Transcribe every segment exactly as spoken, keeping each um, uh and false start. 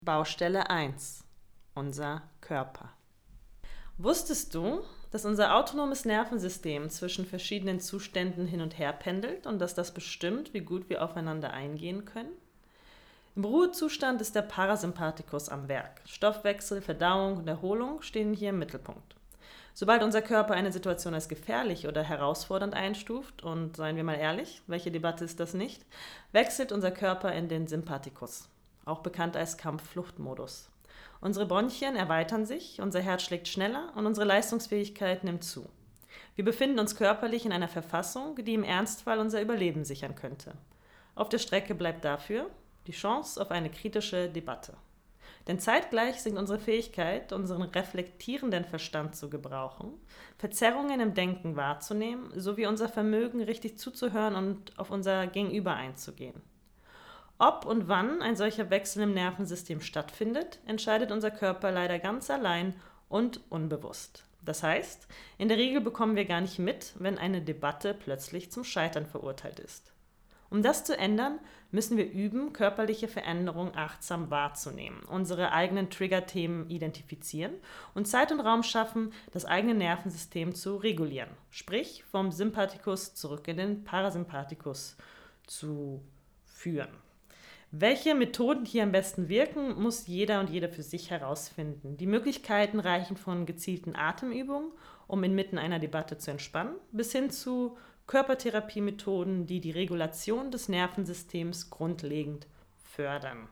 Baustelle eins. Unser Körper. Wusstest du, dass unser autonomes Nervensystem zwischen verschiedenen Zuständen hin und her pendelt und dass das bestimmt, wie gut wir aufeinander eingehen können? Im Ruhezustand ist der Parasympathikus am Werk. Stoffwechsel, Verdauung und Erholung stehen hier im Mittelpunkt. Sobald unser Körper eine Situation als gefährlich oder herausfordernd einstuft, und seien wir mal ehrlich, welche Debatte ist das nicht, wechselt unser Körper in den Sympathikus, auch bekannt als Kampf-Flucht-Modus. Unsere Bronchien erweitern sich, unser Herz schlägt schneller und unsere Leistungsfähigkeit nimmt zu. Wir befinden uns körperlich in einer Verfassung, die im Ernstfall unser Überleben sichern könnte. Auf der Strecke bleibt dafür die Chance auf eine kritische Debatte. Denn zeitgleich sinkt unsere Fähigkeit, unseren reflektierenden Verstand zu gebrauchen, Verzerrungen im Denken wahrzunehmen, sowie unser Vermögen, richtig zuzuhören und auf unser Gegenüber einzugehen. Ob und wann ein solcher Wechsel im Nervensystem stattfindet, entscheidet unser Körper leider ganz allein und unbewusst. Das heißt, in der Regel bekommen wir gar nicht mit, wenn eine Debatte plötzlich zum Scheitern verurteilt ist. Um das zu ändern, müssen wir üben, körperliche Veränderungen achtsam wahrzunehmen, unsere eigenen Triggerthemen identifizieren und Zeit und Raum schaffen, das eigene Nervensystem zu regulieren. Sprich, vom Sympathikus zurück in den Parasympathikus zu führen. Welche Methoden hier am besten wirken, muss jeder und jede für sich herausfinden. Die Möglichkeiten reichen von gezielten Atemübungen, um inmitten einer Debatte zu entspannen, bis hin zu Körpertherapiemethoden, die die Regulation des Nervensystems grundlegend fördern.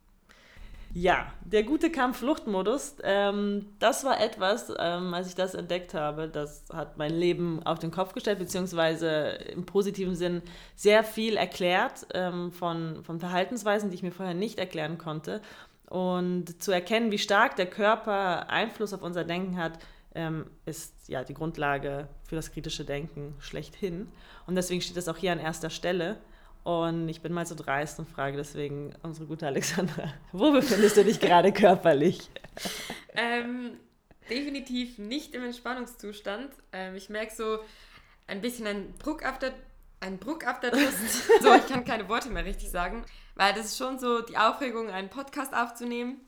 Ja, der gute Kampf-Flucht-Modus, ähm, das war etwas, ähm, als ich das entdeckt habe, das hat mein Leben auf den Kopf gestellt, beziehungsweise im positiven Sinn sehr viel erklärt ähm, von, von Verhaltensweisen, die ich mir vorher nicht erklären konnte. Und zu erkennen, wie stark der Körper Einfluss auf unser Denken hat, ähm, ist ja die Grundlage für das kritische Denken schlechthin. Und deswegen steht das auch hier an erster Stelle. Und ich bin mal so dreist und frage deswegen unsere gute Alexandra, wo befindest du dich gerade körperlich? Ähm, definitiv nicht im Entspannungszustand. Ähm, ich merke so ein bisschen einen Druck auf der, einen Druck auf der Brust. So, ich kann keine Worte mehr richtig sagen. Weil das ist schon so die Aufregung, einen Podcast aufzunehmen.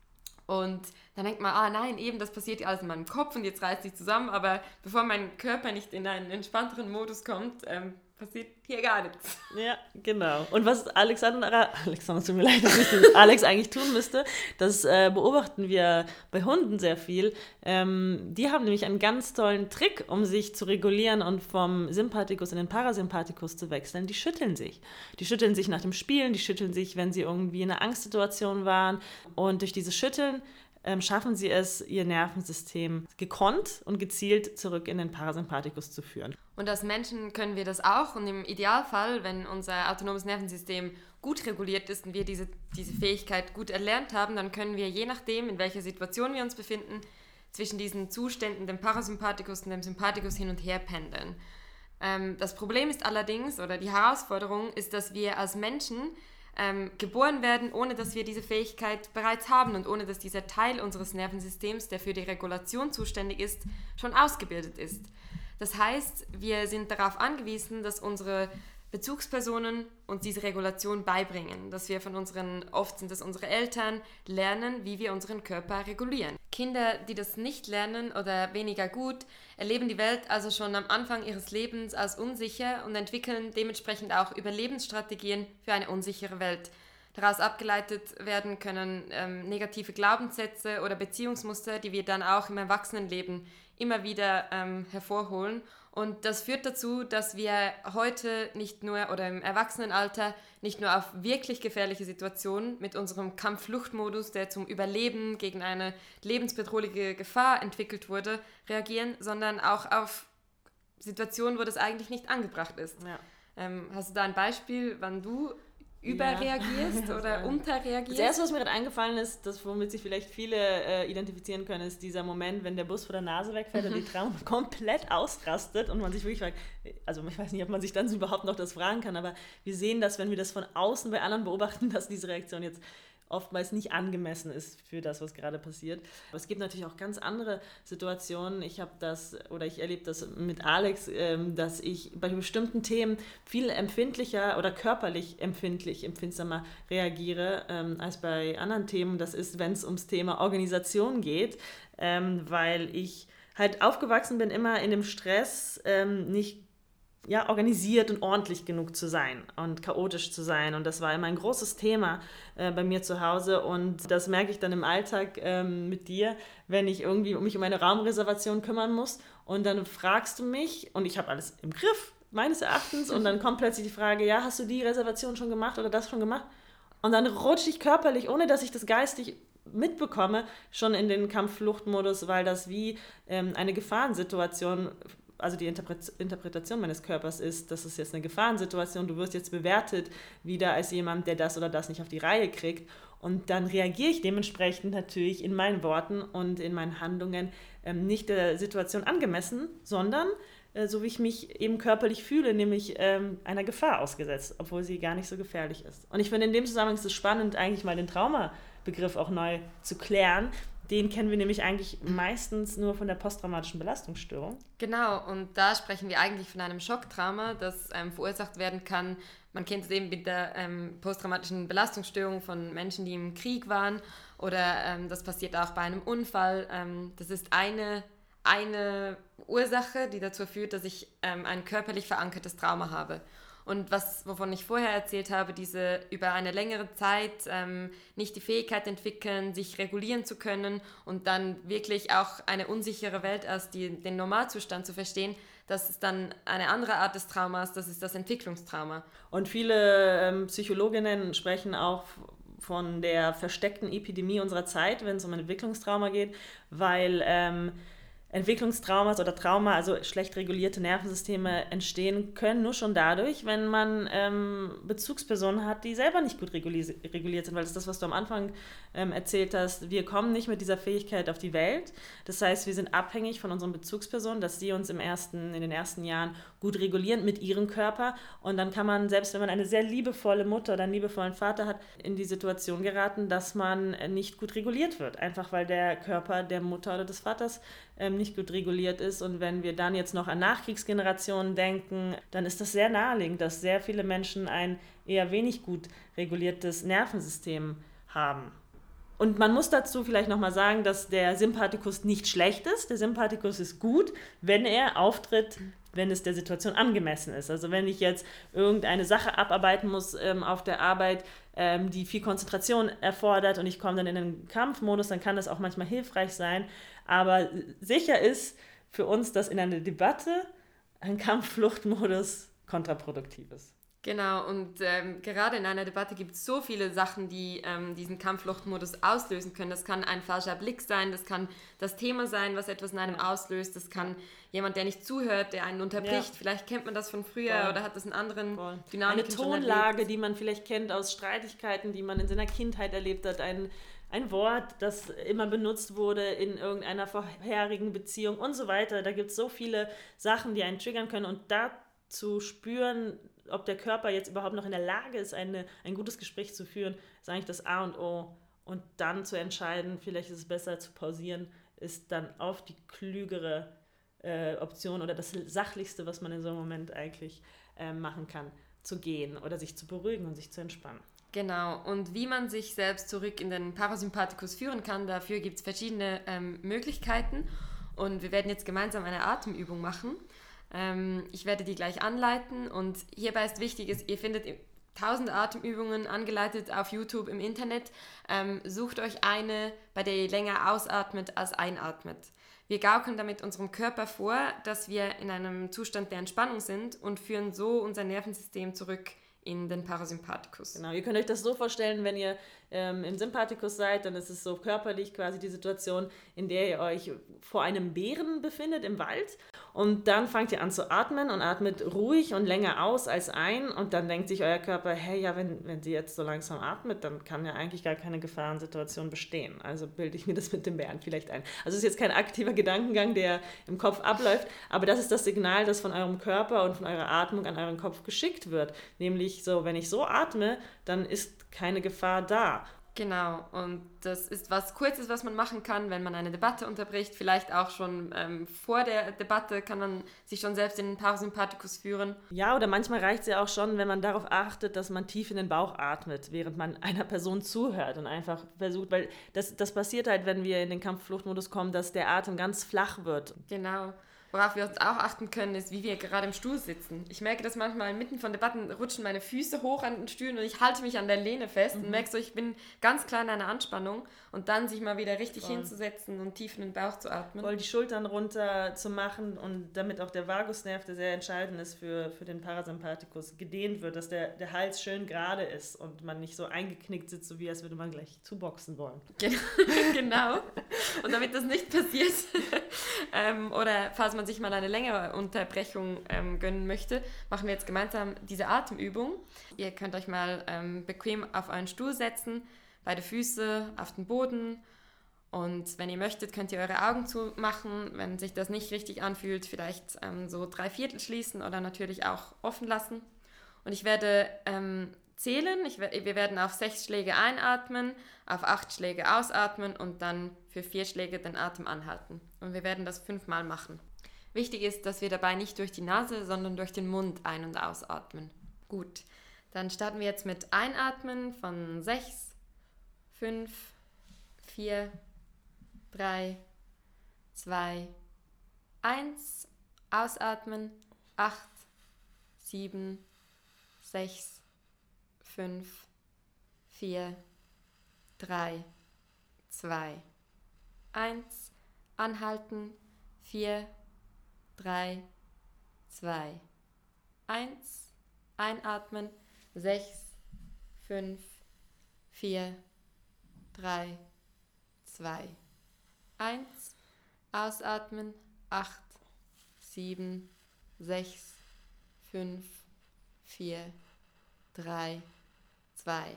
Und dann denkt man, ah nein, eben, das passiert ja alles in meinem Kopf und jetzt reißt sich zusammen. Aber bevor mein Körper nicht in einen entspannteren Modus kommt, ähm, passiert hier gar nichts. Ja, genau. Und was Alexandra, Alexandra, tut mir leid, dass ich Alex eigentlich tun müsste, das äh, beobachten wir bei Hunden sehr viel. Ähm, die haben nämlich einen ganz tollen Trick, um sich zu regulieren und vom Sympathikus in den Parasympathikus zu wechseln. Die schütteln sich. Die schütteln sich nach dem Spielen, die schütteln sich, wenn sie irgendwie in einer Angstsituation waren. Und durch dieses Schütteln ähm, schaffen sie es, ihr Nervensystem gekonnt und gezielt zurück in den Parasympathikus zu führen. Und als Menschen können wir das auch und im Idealfall, wenn unser autonomes Nervensystem gut reguliert ist und wir diese, diese Fähigkeit gut erlernt haben, dann können wir je nachdem, in welcher Situation wir uns befinden, zwischen diesen Zuständen, dem Parasympathikus und dem Sympathikus hin und her pendeln. Ähm, das Problem ist allerdings, oder die Herausforderung ist, dass wir als Menschen ähm, geboren werden, ohne dass wir diese Fähigkeit bereits haben und ohne dass dieser Teil unseres Nervensystems, der für die Regulation zuständig ist, schon ausgebildet ist. Das heißt, wir sind darauf angewiesen, dass unsere Bezugspersonen uns diese Regulation beibringen, dass wir von unseren, oft sind es unsere Eltern, lernen, wie wir unseren Körper regulieren. Kinder, die das nicht lernen oder weniger gut, erleben die Welt also schon am Anfang ihres Lebens als unsicher und entwickeln dementsprechend auch Überlebensstrategien für eine unsichere Welt. Daraus abgeleitet werden können ähm, negative Glaubenssätze oder Beziehungsmuster, die wir dann auch im Erwachsenenleben immer wieder ähm, hervorholen. Und das führt dazu, dass wir heute nicht nur oder im Erwachsenenalter nicht nur auf wirklich gefährliche Situationen mit unserem Kampf-Flucht-Modus, der zum Überleben gegen eine lebensbedrohliche Gefahr entwickelt wurde, reagieren, sondern auch auf Situationen, wo das eigentlich nicht angebracht ist. Ja. Ähm, hast du da ein Beispiel, wann du überreagierst ja. oder unterreagierst? Das Erste, was mir gerade eingefallen ist, das womit sich vielleicht viele äh, identifizieren können, ist dieser Moment, wenn der Bus vor der Nase wegfällt und die Tram komplett ausrastet und man sich wirklich fragt, also ich weiß nicht, ob man sich dann überhaupt noch das fragen kann, aber wir sehen das, wenn wir das von außen bei anderen beobachten, dass diese Reaktion jetzt oftmals nicht angemessen ist für das, was gerade passiert. Aber es gibt natürlich auch ganz andere Situationen. Ich habe das, oder ich erlebe das mit Alex, ähm, dass ich bei bestimmten Themen viel empfindlicher oder körperlich empfindlich, empfindsamer reagiere ähm, als bei anderen Themen. Das ist, wenn es ums Thema Organisation geht, ähm, weil ich halt aufgewachsen bin, immer in dem Stress, ähm, nicht ja, organisiert und ordentlich genug zu sein und chaotisch zu sein. Und das war immer ein großes Thema äh, bei mir zu Hause. Und das merke ich dann im Alltag ähm, mit dir, wenn ich irgendwie mich um eine Raumreservation kümmern muss. Und dann fragst du mich, und ich habe alles im Griff, meines Erachtens, und dann kommt plötzlich die Frage, ja, hast du die Reservation schon gemacht oder das schon gemacht? Und dann rutsche ich körperlich, ohne dass ich das geistig mitbekomme, schon in den Kampf-Flucht-Modus, weil das wie ähm, eine Gefahrensituation, also die Interpretation meines Körpers ist, das ist jetzt eine Gefahrensituation, du wirst jetzt bewertet wieder als jemand, der das oder das nicht auf die Reihe kriegt. Und dann reagiere ich dementsprechend natürlich in meinen Worten und in meinen Handlungen ähm, nicht der Situation angemessen, sondern äh, so wie ich mich eben körperlich fühle, nämlich ähm, einer Gefahr ausgesetzt, obwohl sie gar nicht so gefährlich ist. Und ich finde, in dem Zusammenhang ist es spannend, eigentlich mal den Traumabegriff auch neu zu klären. Den kennen wir nämlich eigentlich meistens nur von der posttraumatischen Belastungsstörung. Genau, und da sprechen wir eigentlich von einem Schocktrauma, das ähm, verursacht werden kann. Man kennt es eben mit der ähm, posttraumatischen Belastungsstörung von Menschen, die im Krieg waren, oder ähm, das passiert auch bei einem Unfall. Ähm, das ist eine, eine Ursache, die dazu führt, dass ich ähm, ein körperlich verankertes Trauma habe. Und was, wovon ich vorher erzählt habe, diese über eine längere Zeit ähm, nicht die Fähigkeit entwickeln, sich regulieren zu können und dann wirklich auch eine unsichere Welt als die, den Normalzustand zu verstehen, das ist dann eine andere Art des Traumas, das ist das Entwicklungstrauma. Und viele ähm, Psychologinnen sprechen auch von der versteckten Epidemie unserer Zeit, wenn es um ein Entwicklungstrauma geht, weil ähm, Entwicklungstraumas oder Trauma, also schlecht regulierte Nervensysteme, entstehen können nur schon dadurch, wenn man ähm, Bezugspersonen hat, die selber nicht gut reguli- reguliert sind, weil das ist das, was du am Anfang ähm, erzählt hast. Wir kommen nicht mit dieser Fähigkeit auf die Welt. Das heißt, wir sind abhängig von unseren Bezugspersonen, dass sie uns im ersten, in den ersten Jahren gut regulieren mit ihrem Körper. Und dann kann man, selbst wenn man eine sehr liebevolle Mutter oder einen liebevollen Vater hat, in die Situation geraten, dass man nicht gut reguliert wird. Einfach weil der Körper der Mutter oder des Vaters ähm, nicht gut reguliert ist. Und wenn wir dann jetzt noch an Nachkriegsgenerationen denken, dann ist das sehr naheliegend, dass sehr viele Menschen ein eher wenig gut reguliertes Nervensystem haben. Und man muss dazu vielleicht nochmal sagen, dass der Sympathikus nicht schlecht ist. Der Sympathikus ist gut, wenn er auftritt, wenn es der Situation angemessen ist. Also wenn ich jetzt irgendeine Sache abarbeiten muss ähm, auf der Arbeit, ähm, die viel Konzentration erfordert und ich komme dann in den Kampfmodus, dann kann das auch manchmal hilfreich sein. Aber sicher ist für uns, dass in einer Debatte ein Kampffluchtmodus kontraproduktiv ist. Genau, und ähm, gerade in einer Debatte gibt es so viele Sachen, die ähm, diesen Kampffluchtmodus auslösen können. Das kann ein falscher Blick sein, das kann das Thema sein, was etwas in einem auslöst, das kann jemand, der nicht zuhört, der einen unterbricht. Ja. Vielleicht kennt man das von früher Voll. Oder hat das in anderen Voll. Dynamiken Eine Tonlage, die man vielleicht kennt aus Streitigkeiten, die man in seiner Kindheit erlebt hat, ein, ein Wort, das immer benutzt wurde in irgendeiner vorherigen Beziehung und so weiter. Da gibt es so viele Sachen, die einen triggern können und da zu spüren, ob der Körper jetzt überhaupt noch in der Lage ist, eine, ein gutes Gespräch zu führen, ist eigentlich das A und O. Und dann zu entscheiden, vielleicht ist es besser zu pausieren, ist dann auf die klügere äh, Option oder das Sachlichste, was man in so einem Moment eigentlich äh, machen kann, zu gehen oder sich zu beruhigen und sich zu entspannen. Genau, und wie man sich selbst zurück in den Parasympathikus führen kann, dafür gibt es verschiedene ähm, Möglichkeiten. Und wir werden jetzt gemeinsam eine Atemübung machen. Ich werde die gleich anleiten und hierbei ist wichtig, ist, ihr findet tausend Atemübungen angeleitet auf YouTube im Internet. Ähm, sucht euch eine, bei der ihr länger ausatmet als einatmet. Wir gaukeln damit unserem Körper vor, dass wir in einem Zustand der Entspannung sind und führen so unser Nervensystem zurück in den Parasympathikus. Genau, ihr könnt euch das so vorstellen, wenn ihr ähm, im Sympathikus seid, dann ist es so körperlich quasi die Situation, in der ihr euch vor einem Bären befindet im Wald und dann fangt ihr an zu atmen und atmet ruhig und länger aus als ein und dann denkt sich euer Körper, hey, ja, wenn, wenn sie jetzt so langsam atmet, dann kann ja eigentlich gar keine Gefahrensituation bestehen. Also bilde ich mir das mit dem Bären vielleicht ein. Also es ist jetzt kein aktiver Gedankengang, der im Kopf abläuft, aber das ist das Signal, das von eurem Körper und von eurer Atmung an euren Kopf geschickt wird, nämlich so, wenn ich so atme, dann ist keine Gefahr da. Genau, und das ist was Kurzes, was man machen kann, wenn man eine Debatte unterbricht. Vielleicht auch schon ähm, vor der Debatte kann man sich schon selbst in den Parasympathikus führen. Ja, oder manchmal reicht es ja auch schon, wenn man darauf achtet, dass man tief in den Bauch atmet, während man einer Person zuhört und einfach versucht, weil das, das passiert halt, wenn wir in den Kampf-Flucht-Modus kommen, dass der Atem ganz flach wird. Genau. Worauf wir uns auch achten können, ist, wie wir gerade im Stuhl sitzen. Ich merke, dass manchmal mitten von Debatten rutschen meine Füße hoch an den Stühlen und ich halte mich an der Lehne fest mhm. und merke so, ich bin ganz klar in einer Anspannung und dann sich mal wieder richtig Voll. hinzusetzen und tief in den Bauch zu atmen. Voll die Schultern runter zu machen und damit auch der Vagusnerv, der sehr entscheidend ist für, für den Parasympathikus, gedehnt wird, dass der, der Hals schön gerade ist und man nicht so eingeknickt sitzt, so wie als würde man gleich zuboxen wollen. Genau. Und damit das nicht passiert ähm, oder falls man sich mal eine längere Unterbrechung ähm, gönnen möchte, machen wir jetzt gemeinsam diese Atemübung. Ihr könnt euch mal ähm, bequem auf euren Stuhl setzen, beide Füße auf den Boden und wenn ihr möchtet, könnt ihr eure Augen zumachen. Wenn sich das nicht richtig anfühlt, vielleicht ähm, so drei Viertel schließen oder natürlich auch offen lassen. Und ich werde ähm, zählen. Ich, wir werden auf sechs Schläge einatmen, auf acht Schläge ausatmen und dann für vier Schläge den Atem anhalten. Und wir werden das fünfmal machen. Wichtig ist, dass wir dabei nicht durch die Nase, sondern durch den Mund ein- und ausatmen. Gut, dann starten wir jetzt mit Einatmen von sechs, fünf, vier, drei, zwei, eins. Ausatmen, acht, sieben, sechs, fünf, vier, drei, zwei, eins. Anhalten, vier, drei, zwei, eins. Einatmen, sechs, fünf, vier, drei, zwei, eins. Ausatmen, acht, sieben, sechs, fünf, vier, drei, zwei,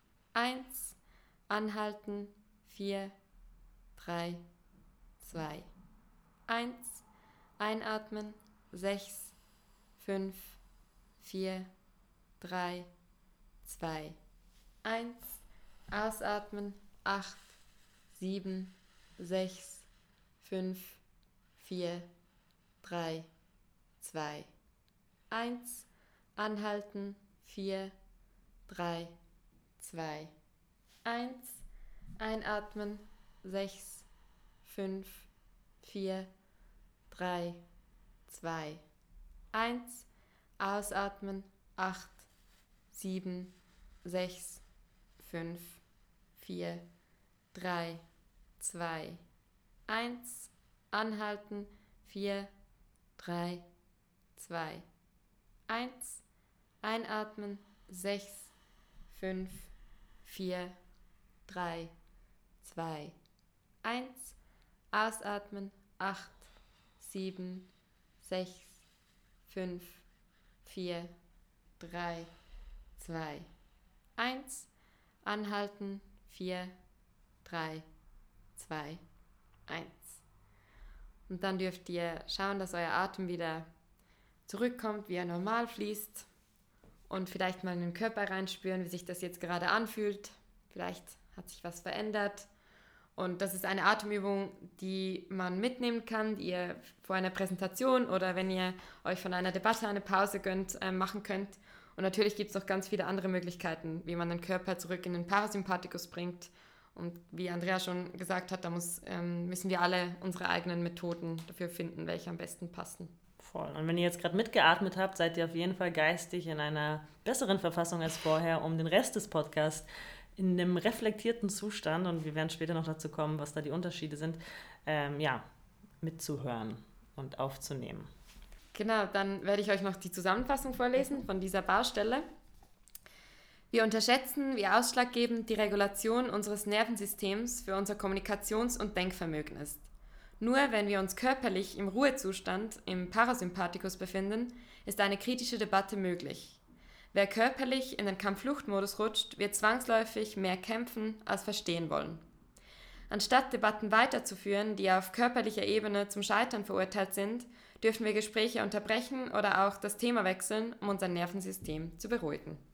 eins. Anhalten, vier, drei, zwei, eins. Einatmen, sechs, fünf, vier, drei, zwei, eins. Ausatmen, acht, sieben, sechs, fünf, vier, drei, zwei, eins. Anhalten, vier, drei, zwei, eins. Einatmen, sechs, fünf, vier, drei, zwei, eins. Ausatmen, acht, sieben, sechs, fünf, vier, drei, zwei, eins. Anhalten, vier, drei, zwei, eins. Einatmen, sechs, fünf, vier, drei, zwei, eins. Ausatmen, acht, sieben, sechs, fünf, vier, drei, zwei, eins. Anhalten, vier, drei, zwei, eins. Und dann dürft ihr schauen, dass euer Atem wieder zurückkommt, wie er normal fließt. Und vielleicht mal in den Körper reinspüren, wie sich das jetzt gerade anfühlt. Vielleicht hat sich was verändert. Und das ist eine Atemübung, die man mitnehmen kann, die ihr vor einer Präsentation oder wenn ihr euch von einer Debatte eine Pause gönnt, äh, machen könnt. Und natürlich gibt es noch ganz viele andere Möglichkeiten, wie man den Körper zurück in den Parasympathikus bringt. Und wie Andrea schon gesagt hat, da muss, ähm, müssen wir alle unsere eigenen Methoden dafür finden, welche am besten passen. Voll. Und wenn ihr jetzt gerade mitgeatmet habt, seid ihr auf jeden Fall geistig in einer besseren Verfassung als vorher, um den Rest des Podcasts in einem reflektierten Zustand, und wir werden später noch dazu kommen, was da die Unterschiede sind, ähm, ja, mitzuhören und aufzunehmen. Genau, dann werde ich euch noch die Zusammenfassung vorlesen von dieser Baustelle. Wir unterschätzen, wie ausschlaggebend die Regulation unseres Nervensystems für unser Kommunikations- und Denkvermögen ist. Nur wenn wir uns körperlich im Ruhezustand, im Parasympathikus befinden, ist eine kritische Debatte möglich. Wer körperlich in den Kampf-Flucht-Modus rutscht, wird zwangsläufig mehr kämpfen als verstehen wollen. Anstatt Debatten weiterzuführen, die auf körperlicher Ebene zum Scheitern verurteilt sind, dürfen wir Gespräche unterbrechen oder auch das Thema wechseln, um unser Nervensystem zu beruhigen.